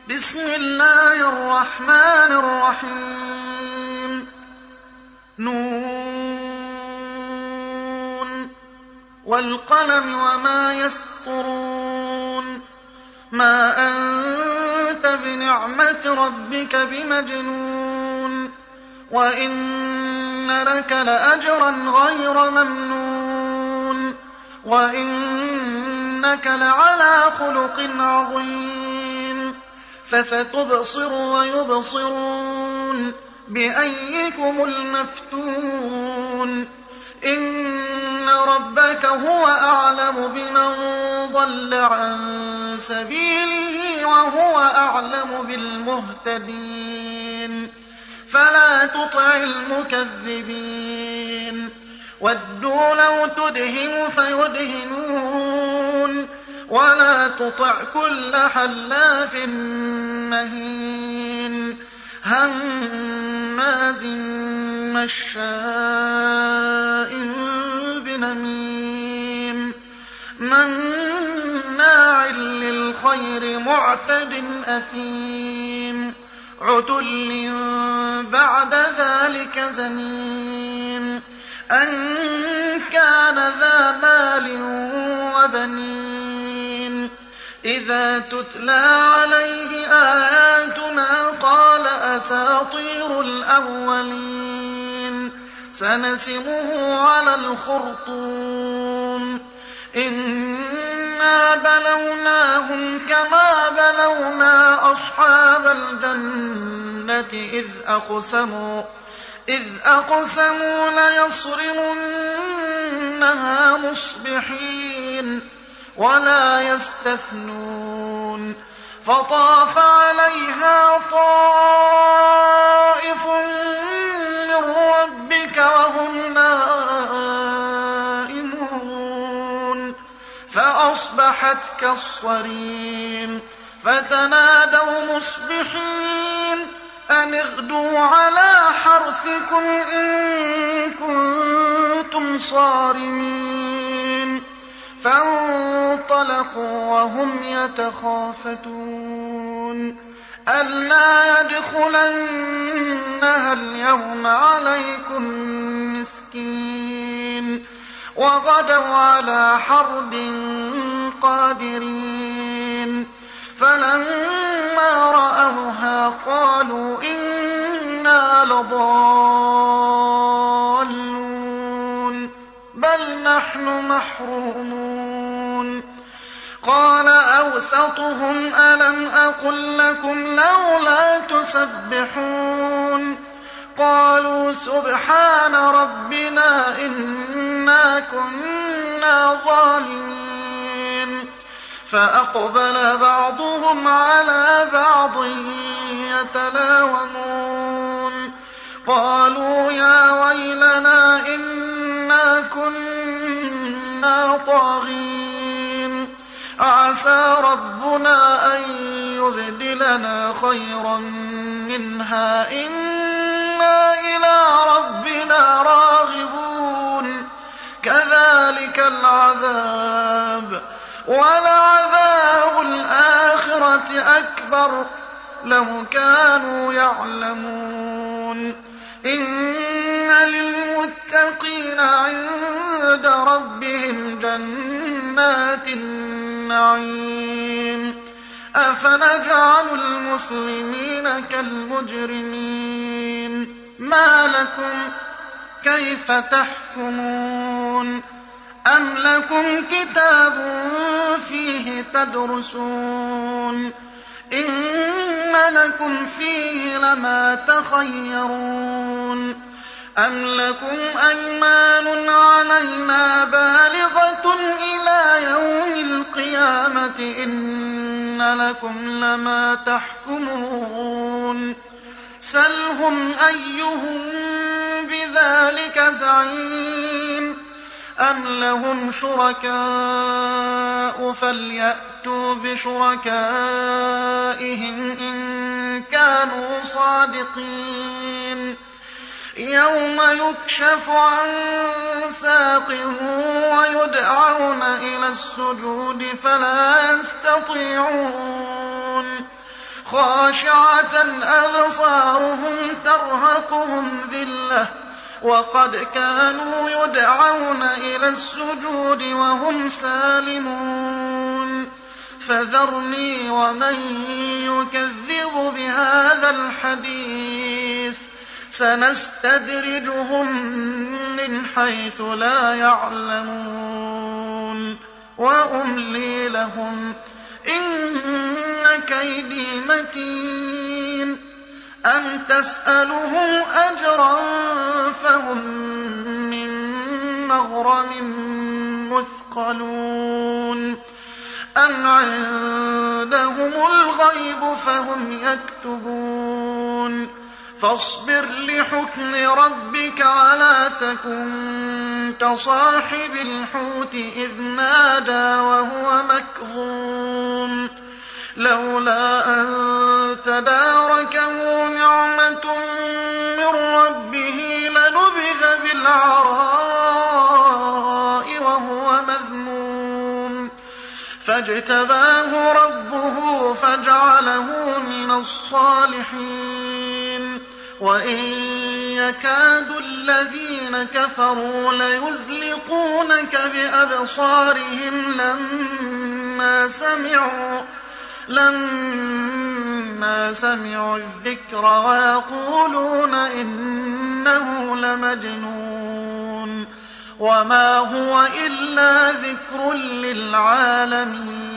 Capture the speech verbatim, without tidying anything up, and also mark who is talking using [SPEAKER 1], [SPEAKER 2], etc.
[SPEAKER 1] بسم الله الرحمن الرحيم نون والقلم وما يسطرون ما أنت بنعمة ربك بمجنون وإن لك لأجرا غير ممنون وإنك لعلى خلق عظيم فستبصر ويبصرون بأيكم المفتون إن ربك هو أعلم بمن ضل عن سبيله وهو أعلم بالمهتدين فلا تطع المكذبين ودوا لو تدهن فيدهنون ولا تطع كل حلاف مهين هماز مشاء بنميم مناع للخير معتد أثيم عتل بعد ذلك زنيم أن كان ذا مال وبنين إذا تتلى عليه آياتنا قال أساطير الأولين سنسمه على الخرطوم إنا بلوناهم كما بلونا أصحاب الجنة إذ أقسموا إذ أقسموا ليصرمنها مصبحين ولا يستثنون فطاف عليها طائف من ربك وهم نائمون فأصبحت كالصريم فتنادوا مصبحين أن اغدوا على حرثكم إن كنتم صارمين فانطلقوا وهم يتخافتون ألا يدخلنها اليوم عليكم مسكين وغدوا على حرد قادرين فلما رأوها قالوا إنا لضالون بل نحن محرومون قال أوسطهم ألم أقل لكم لولا تسبحون قالوا سبحان ربنا إنا كنا ظالمين فأقبل بعضهم على بعض يتلاومون قالوا يا ويلنا إنا كنا طاغين عسى ربنا أن يبدلنا خيرا منها إنا إلى ربنا راغبون كذلك العذاب ولعذاب الآخرة أكبر لو كانوا يعلمون إن للمتقين عند ربهم جنات النعيم أفنجعل المسلمين كالمجرمين ما لكم كيف تحكمون أم لكم كتاب فيه تدرسون إن لكم فيه لما تخيرون أم لكم أيمان علينا بالغة إلى يوم القيامة إن لكم لما تحكمون سلهم أيهم بذلك زعيم أم لهم شركاء فليأتوا بشركائهم إن كانوا صادقين يوم يكشف عن ساق ويدعون إلى السجود فلا يستطيعون خاشعة أبصارهم ترهقهم ذلة وقد كانوا يدعون إلى السجود وهم سالمون فذرني ومن يكذب بهذا الحديث سنستدرجهم من حيث لا يعلمون وأملي لهم إن كيدي متين أم تسألهم أجرا فهم من مغرم مثقلون أم عندهم الغيب فهم يكتبون فاصبر لحكم ربك ولا تكن كصاحب الحوت إذ نادى وهو مكظوم لولا أن تداركه نعمة من ربه لنبذ بالعراء وهو مذموم فاجتباه ربه فجعله من الصالحين وإن يكاد الذين كفروا ليزلقونك بأبصارهم لما سمعوا لما سمعوا الذكر ويقولون إنه لمجنون وما هو إلا ذكر للعالمين